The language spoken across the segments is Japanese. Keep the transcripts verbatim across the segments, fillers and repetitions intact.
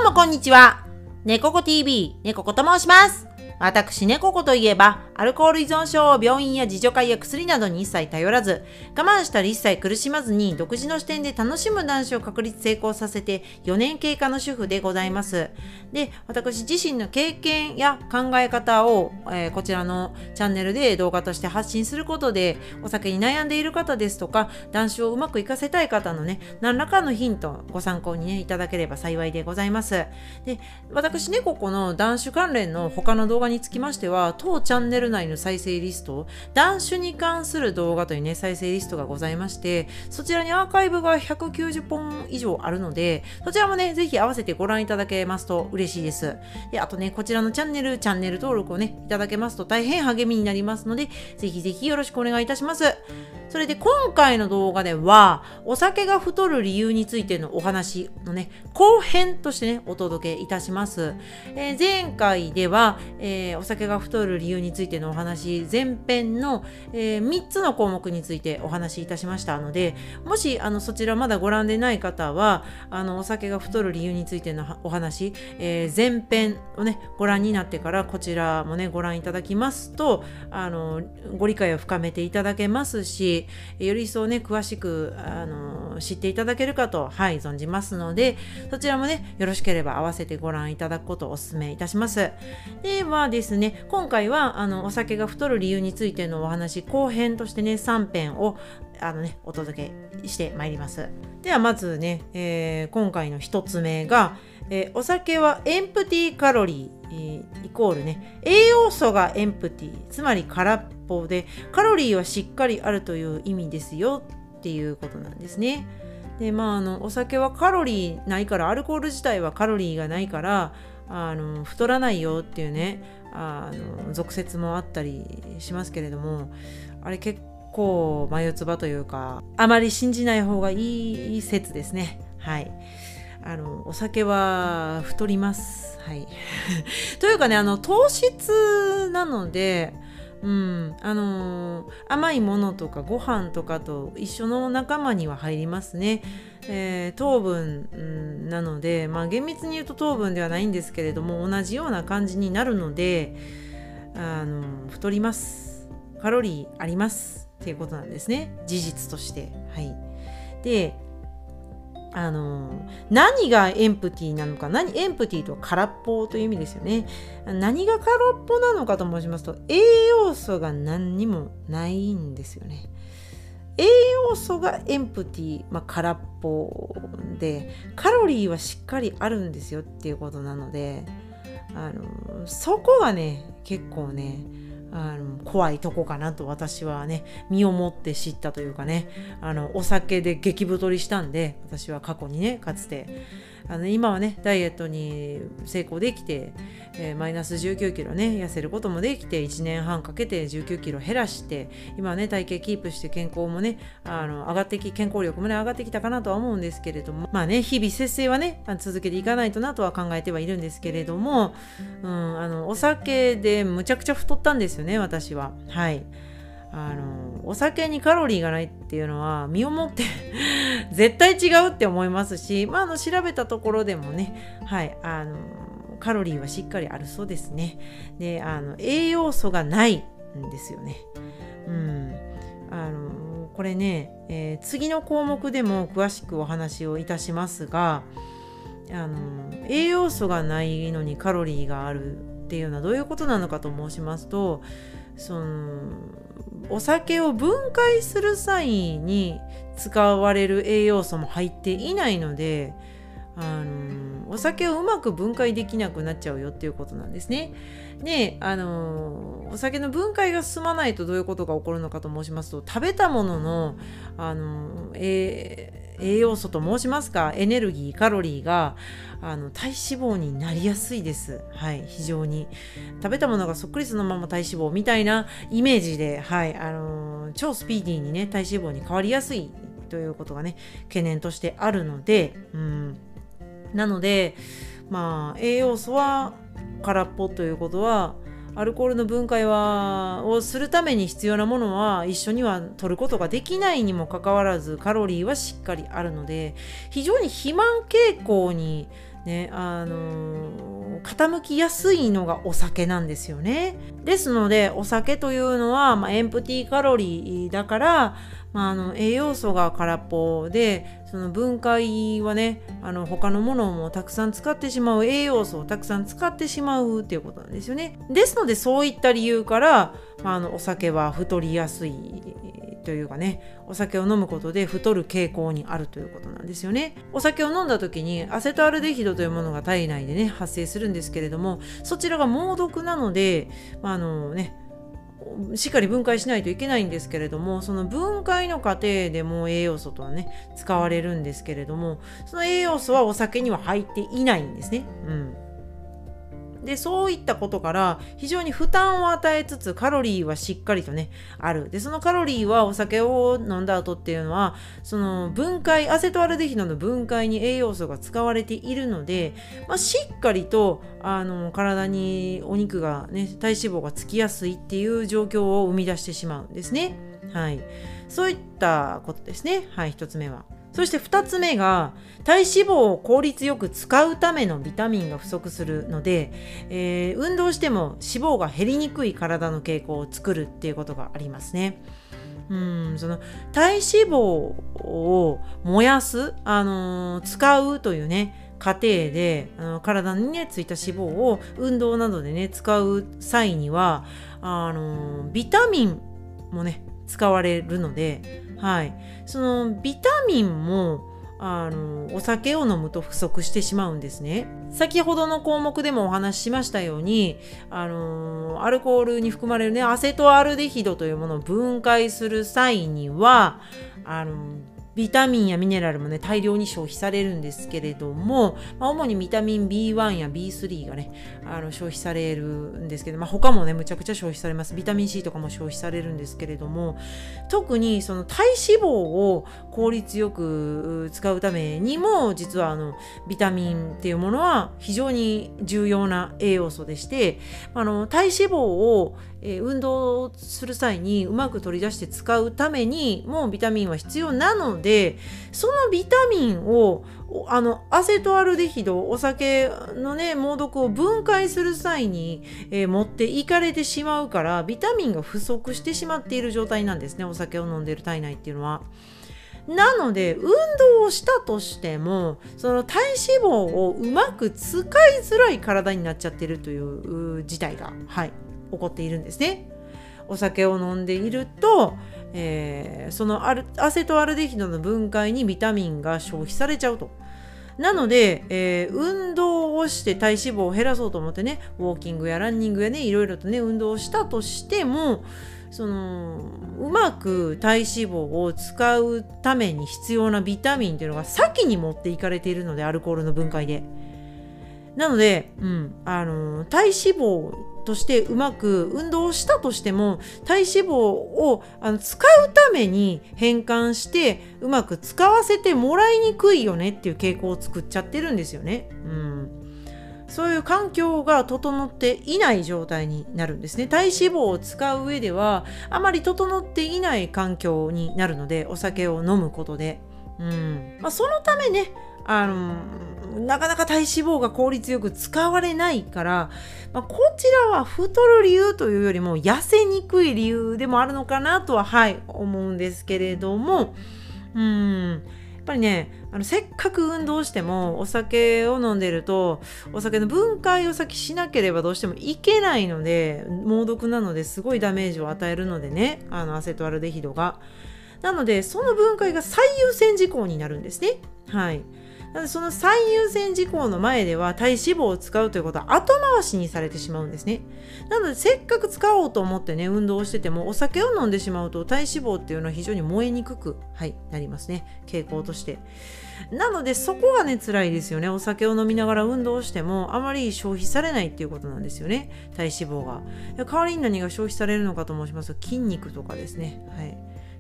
うもこんにちは。ねここ ティーブイ、ねここと申します。私、ねここといえば、アルコール依存症を病院や自助会や薬などに一切頼らず、我慢したり一切苦しまずに、独自の視点で楽しむ男子を確立成功させてよねん経過の主婦でございます。で、私自身の経験や考え方を、えー、こちらのチャンネルで動画として発信することで、お酒に悩んでいる方ですとか、男子をうまくいかせたい方のね、何らかのヒント、ご参考にね、いただければ幸いでございます。で、私ね、ここの男子関連の他の動画につきましては、当チャンネル内の再生リスト、男子に関する動画というね、再生リストがございまして、そちらにアーカイブがひゃくきゅうじゅっぽん以上あるので、そちらもね、ぜひ合わせてご覧いただけますと嬉しいです。で、あとね、こちらのチャンネル、チャンネル登録をね、いただけますと大変励みになりますので、ぜひぜひよろしくお願いいたします。それで今回の動画では、お酒が太る理由についてのお話のね、後編としてね、お届けいたします。えー、前回では、えー、お酒が太る理由についてのお話、前編の、えー、みっつの項目についてお話しいたしましたので、もしあのそちらまだご覧でない方は、あのお酒が太る理由についてのお話、えー、前編をね、ご覧になってからこちらもね、ご覧いただきますと、あのご理解を深めていただけますし、より一層ね、詳しくあの知っていただけるかと、はい、存じますので、そちらもね、よろしければ合わせてご覧いただくことをお勧めいたします。ではですね、今回はあのお酒が太る理由についてのお話、後編としてね、さん編をあのね、お届けしてまいります。ではまずね、えー、今回のひとつめが、えー、お酒はエンプティカロリー、えー、イコールね、栄養素がエンプティ、つまり空っぽで、カロリーはしっかりあるという意味ですよっていうことなんですね。で、まあ、あのお酒はカロリーないから、アルコール自体はカロリーがないからあの太らないよっていうね、あの俗説もあったりしますけれども、あれ結構眉唾というか、あまり信じない方がいい説ですね。はい。あのお酒は太ります。はい。というかね、あの糖質なので、うん、あのー、甘いものとかご飯とかと一緒の仲間には入りますね。えー、糖分、うん、なので、まあ厳密に言うと糖分ではないんですけれども、同じような感じになるので、あのー、太ります。カロリーありますっていうことなんですね。事実として。はい。で、あの何がエンプティなのか、何エンプティとは空っぽという意味ですよね。何が空っぽなのかと申しますと、栄養素が何にもないんですよね。栄養素がエンプティ、まあ、空っぽで、カロリーはしっかりあるんですよっていうことなので、あのそこがね、結構ね、あの怖いとこかなと私はね、身をもって知ったというかね、あのお酒で激太りしたんで、私は過去にね、かつてあの今はね、ダイエットに成功できて、えー、マイナスじゅうきゅうキロね、痩せることもできて、いちねんはんかけてじゅうきゅうキロ減らして、今はね、体型キープして健康もね、あの上がってき、健康力もね、上がってきたかなとは思うんですけれども、まあね、日々節制はね、続けていかないとなとは考えてはいるんですけれども、うん、あのお酒でむちゃくちゃ太ったんですよね、私は。はい。あのお酒にカロリーがないっていうのは身をもって絶対違うって思いますし、まあ、あの調べたところでもね、はい、あのカロリーはしっかりあるそうですね。で、あの栄養素がないんですよね。うん、あのこれね、えー、次の項目でも詳しくお話をいたしますが、あの栄養素がないのにカロリーがあるっていうのはどういうことなのかと申しますと、そのお酒を分解する際に使われる栄養素も入っていないので、あのお酒をうまく分解できなくなっちゃうよっていうことなんですね。で、あのお酒の分解が進まないとどういうことが起こるのかと申しますと、食べたものの、あの、えー栄養素と申しますか、エネルギー、カロリーがあの体脂肪になりやすいです。はい、非常に食べたものがそっくりそのまま体脂肪みたいなイメージで、はい、あのー、超スピーディーにね、体脂肪に変わりやすいということがね、懸念としてあるので、うん、なので、まあ栄養素は空っぽということは、アルコールの分解はをするために必要なものは一緒には取ることができないにもかかわらず、カロリーはしっかりあるので、非常に肥満傾向にね、あのー、傾きやすいのがお酒なんですよね。ですのでお酒というのは、まあ、エンプティカロリーだから、まあ、あの栄養素が空っぽで、その分解はね、あの他のものもたくさん使ってしまう、栄養素をたくさん使ってしまうっていうことなんですよね。ですのでそういった理由から、まあ、あのお酒は太りやすいというかね、お酒を飲むことで太る傾向にあるということなんですよね。お酒を飲んだ時にアセトアルデヒドというものが体内でね発生するんですけれども、そちらが猛毒なので、まあ、あのねしっかり分解しないといけないんですけれども、その分解の過程でも栄養素とはね使われるんですけれども、その栄養素はお酒には入っていないんですね。うんでそういったことから非常に負担を与えつつカロリーはしっかりとねある。でそのカロリーはお酒を飲んだ後っていうのはその分解アセトアルデヒドの分解に栄養素が使われているので、まあ、しっかりとあの体にお肉がね体脂肪がつきやすいっていう状況を生み出してしまうんですね。はい、そういったことですね。はい、ひとつめは。そしてふたつめが体脂肪を効率よく使うためのビタミンが不足するので、えー、運動しても脂肪が減りにくい体の傾向を作るっていうことがありますね。うんその体脂肪を燃やす、あのー、使うというね過程であの体にねついた脂肪を運動などでね使う際にはあのー、ビタミンもね使われるので、はい、そのビタミンもあのお酒を飲むと不足してしまうんですね。先ほどの項目でもお話ししましたようにあのアルコールに含まれるねアセトアルデヒドというものを分解する際にはあのビタミンやミネラルもね大量に消費されるんですけれども、まあ、主にビタミン ビーワン や ビースリー がねあの消費されるんですけど、まあ、他もねむちゃくちゃ消費されます。ビタミン C とかも消費されるんですけれども、特にその体脂肪を効率よく使うためにも実はあのビタミンっていうものは非常に重要な栄養素でして、あの体脂肪をえー、運動する際にうまく取り出して使うためにもビタミンは必要なので、そのビタミンをあのアセトアルデヒドお酒のね猛毒を分解する際に、えー、持っていかれてしまうからビタミンが不足してしまっている状態なんですね、お酒を飲んでいる体内っていうのは。なので運動をしたとしてもその体脂肪をうまく使いづらい体になっちゃってるという事態が、はい、起こっているんですね。お酒を飲んでいると、えー、そのアルアセトアルデヒドの分解にビタミンが消費されちゃうと。なので、えー、運動をして体脂肪を減らそうと思ってねウォーキングやランニングやねいろいろとね運動をしたとしてもそのうまく体脂肪を使うために必要なビタミンっていうのが先に持っていかれているので、アルコールの分解で。なので、うん、あの体脂肪としてうまく運動をしたとしても体脂肪をあの使うために変換してうまく使わせてもらいにくいよねっていう傾向を作っちゃってるんですよね。うん、そういう環境が整っていない状態になるんですね。体脂肪を使う上ではあまり整っていない環境になるので、お酒を飲むことで、うんまあ、そのためねあのなかなか体脂肪が効率よく使われないから、まあ、こちらは太る理由というよりも痩せにくい理由でもあるのかなとははい思うんですけれども、うんやっぱりねあのせっかく運動してもお酒を飲んでるとお酒の分解を先しなければどうしてもいけないので、猛毒なのですごいダメージを与えるのでね、あのアセトアルデヒドが。なのでその分解が最優先事項になるんですね。はい。なのでその最優先事項の前では体脂肪を使うということは後回しにされてしまうんですね。なのでせっかく使おうと思ってね運動をしててもお酒を飲んでしまうと体脂肪っていうのは非常に燃えにくく、はい、なりますね、傾向として。なのでそこがね辛いですよね。お酒を飲みながら運動してもあまり消費されないっていうことなんですよね、体脂肪が。代わりに何が消費されるのかと申しますと筋肉とかですね、はい、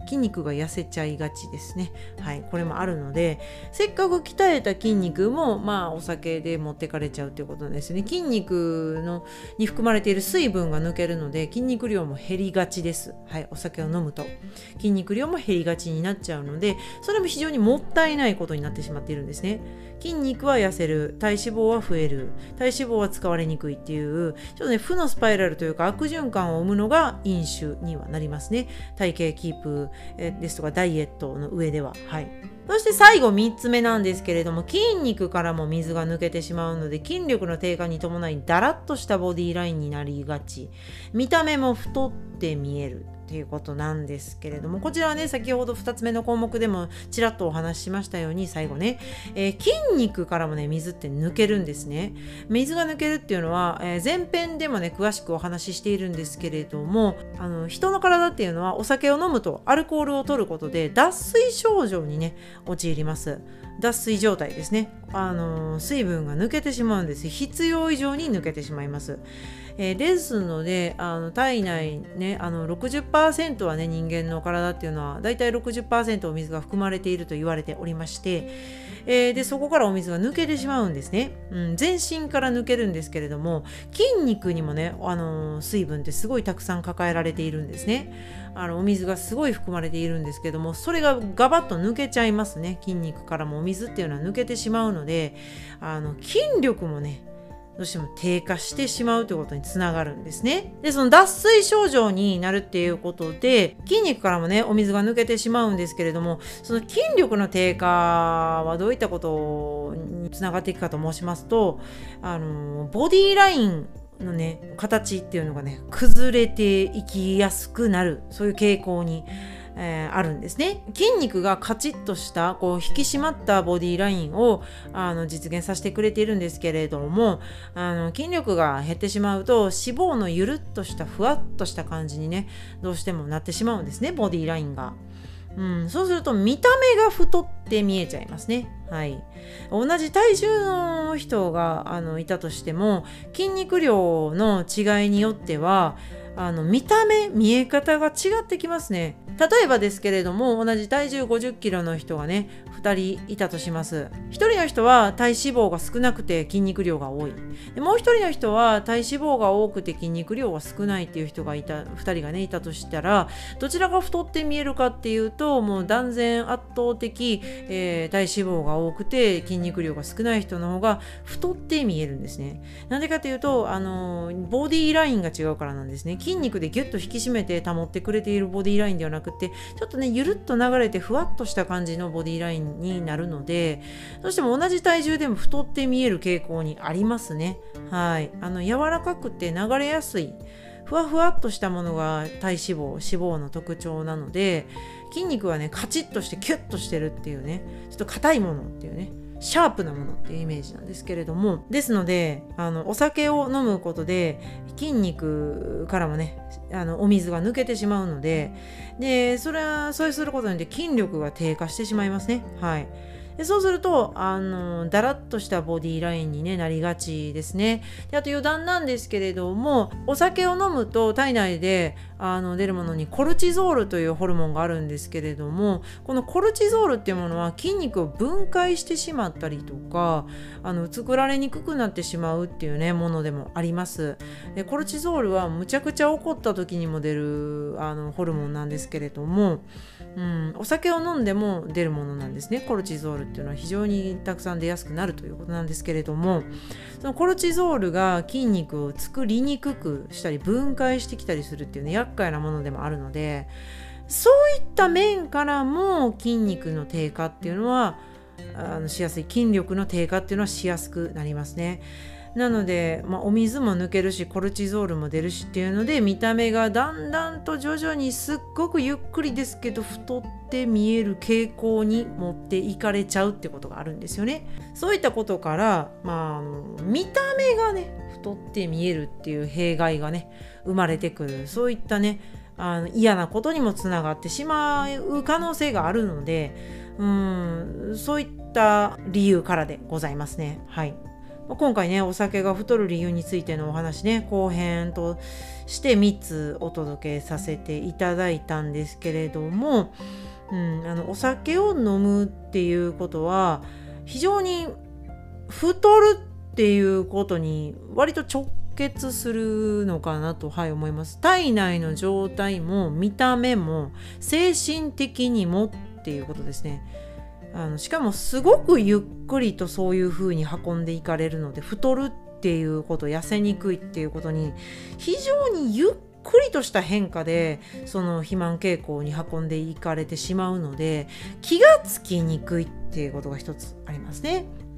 筋肉が痩せちゃいがちですね。はい、これもあるので、せっかく鍛えた筋肉もまあお酒で持ってかれちゃうということなんですね。筋肉のに含まれている水分が抜けるので筋肉量も減りがちです。はい、お酒を飲むと筋肉量も減りがちになっちゃうので、それも非常にもったいないことになってしまっているんですね。筋肉は痩せる、体脂肪は増える、体脂肪は使われにくいっていうちょっとね負のスパイラルというか悪循環を生むのが飲酒にはなりますね。体型キープですとかダイエットの上では。はい。そして最後みっつめなんですけれども、筋肉からも水が抜けてしまうので筋力の低下に伴いだらっとしたボディラインになりがち、見た目も太って見えるっていうことなんですけれども、こちらはね先ほどふたつめの項目でもちらっとお話ししましたように、最後ね、えー、筋肉からもね水って抜けるんですね。水が抜けるっていうのは、えー、前編でもね詳しくお話ししているんですけれども、あの人の体っていうのはお酒を飲むとアルコールを取ることで脱水症状にね陥ります。脱水状態ですね。あの水分が抜けてしまうんです。必要以上に抜けてしまいます。えー、ですのであの体内ねあの ろくじゅっパーセント はね人間の体っていうのはだいたい ろくじゅっパーセント お水が含まれていると言われておりまして、えー、でそこからお水が抜けてしまうんですね。うん、全身から抜けるんですけれども、筋肉にもね、あのー、水分ってすごいたくさん抱えられているんですね。あのお水がすごい含まれているんですけども、それがガバッと抜けちゃいますね。筋肉からもお水っていうのは抜けてしまうので、あの筋力もねどうしても低下してしまうということにつながるんですね。で、その脱水症状になるっていうことで、筋肉からもね、お水が抜けてしまうんですけれども、その筋力の低下はどういったことにつながっていくかと申しますと、あの、ボディラインのね、形っていうのがね、崩れていきやすくなる、そういう傾向にえー、あるんですね。筋肉がカチッとしたこう引き締まったボディラインをあの実現させてくれているんですけれども、あの筋力が減ってしまうと脂肪のゆるっとしたふわっとした感じにねどうしてもなってしまうんですね、ボディラインが。うん、そうすると見た目が太って見えちゃいますね。はい、同じ体重の人があのいたとしても筋肉量の違いによってはあの見た目見え方が違ってきますね。例えばですけれども、同じ体重ごじゅっキロの人がねふたりいたとします。ひとりの人は体脂肪が少なくて筋肉量が多い。でもうひとりの人は体脂肪が多くて筋肉量が少ないっていう人がいた、ふたりがねいたとしたら、どちらが太って見えるかっていうと、もう断然圧倒的、えー、体脂肪が多くて筋肉量が少ない人の方が太って見えるんですね。なんでかというと、あのー、ボディラインが違うからなんですね。筋肉でギュッと引き締めて保ってくれているボディラインではなくて、ちょっとねゆるっと流れてふわっとした感じのボディラインになるので、どうしても同じ体重でも太って見える傾向にありますね。はい、あの柔らかくて流れやすいふわふわっとしたものが体脂肪脂肪の特徴なので、筋肉はねカチッとしてキュッとしてるっていうね、ちょっと硬いものっていうね、シャープなものっていうイメージなんですけれども、ですのであのお酒を飲むことで筋肉からもねあのお水が抜けてしまうので、でそれはそうすることによって筋力が低下してしまいますね。はい。でそうするとあのだらっとしたボディラインに、ね、なりがちですね。であと余談なんですけれども、お酒を飲むと体内であの出るものにコルチゾールというホルモンがあるんですけれども、このコルチゾールっていうものは筋肉を分解してしまったりとか、あの作られにくくなってしまうっていうねものでもあります。でコルチゾールはむちゃくちゃ怒った時にも出るあのホルモンなんですけれども、うん、お酒を飲んでも出るものなんですね。コルチゾールっていうのは非常にたくさん出やすくなるということなんですけれども、そのコルチゾールが筋肉を作りにくくしたり分解してきたりするっていうね厄介なものでもあるので、そういった面からも筋肉の低下っていうのはあのしやすい、筋力の低下っていうのはしやすくなりますね。なので、まあ、お水も抜けるしコルチゾールも出るしっていうので、見た目がだんだんと徐々にすっごくゆっくりですけど太って見える傾向に持っていかれちゃうってことがあるんですよね。そういったことから、まあ、あの見た目がね太って見えるっていう弊害がね生まれてくる、そういったねあの嫌なことにもつながってしまう可能性があるので、うんそういった理由からでございますね。はい。 今回ねお酒が太る理由についてのお話ね後編としてみっつお届けさせていただいたんですけれども、うん、あのお酒を飲むっていうことは非常に太るっていうことに割と直結するのかなと、はい、思います。体内の状態も見た目も精神的にもっていうことですね。あのしかもすごくゆっくりとそういう風に運んでいかれるので、太るっていうこと、痩せにくいっていうことに非常にゆっくりとした変化でその肥満傾向に運んでいかれてしまうので、気がつきにくいっていうことが一つありますね。うん、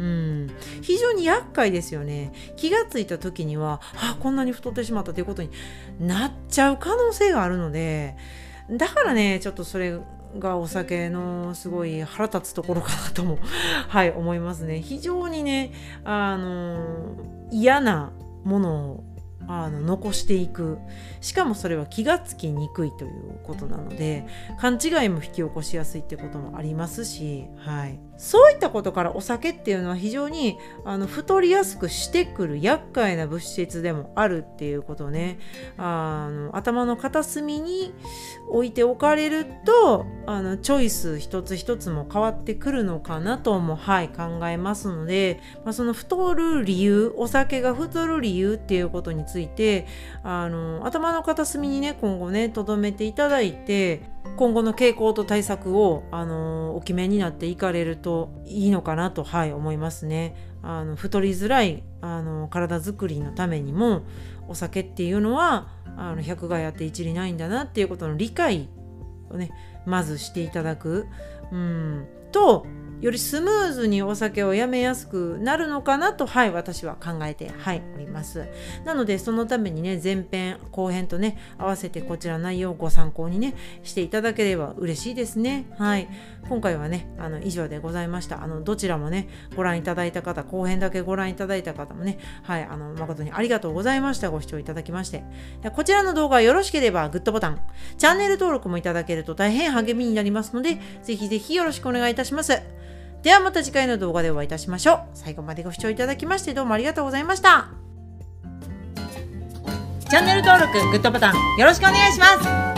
非常に厄介ですよね。気がついた時にはあこんなに太ってしまったということになっちゃう可能性があるので、だからねちょっとそれがお酒のすごい腹立つところかなともはい思いますね。非常にねあの嫌なものをあの残していく、しかもそれは気がつきにくいということなので勘違いも引き起こしやすいってこともありますし、はい、そういったことからお酒っていうのは非常にあの太りやすくしてくる厄介な物質でもあるっていうことをねあの頭の片隅に置いておかれるとあのチョイス一つ一つも変わってくるのかなとも、はい、考えますので、まあ、その太る理由、お酒が太る理由っていうことについてあの頭の片隅にね今後ね留めていただいて、今後の傾向と対策をあのお決めになっていかれるといいのかなと、はい、思いますね。あの太りづらいあの体づくりのためにもお酒っていうのはあの百害あって一理ないんだなっていうことの理解をねまずしていただく、うんとよりスムーズにお酒をやめやすくなるのかなと、はい、私は考えて、はい、おります。なのでそのためにね前編後編とね合わせてこちら内容をご参考にねしていただければ嬉しいですね。はい、今回はねあの以上でございました。あのどちらもねご覧いただいた方、後編だけご覧いただいた方もね、はい、あの誠にありがとうございました。ご視聴いただきまして、こちらの動画よろしければグッドボタン、チャンネル登録もいただけると大変励みになりますので、ぜひぜひよろしくお願いいたします。ではまた次回の動画でお会いいたしましょう。最後までご視聴いただきましてどうもありがとうございました。チャンネル登録、グッドボタンよろしくお願いします。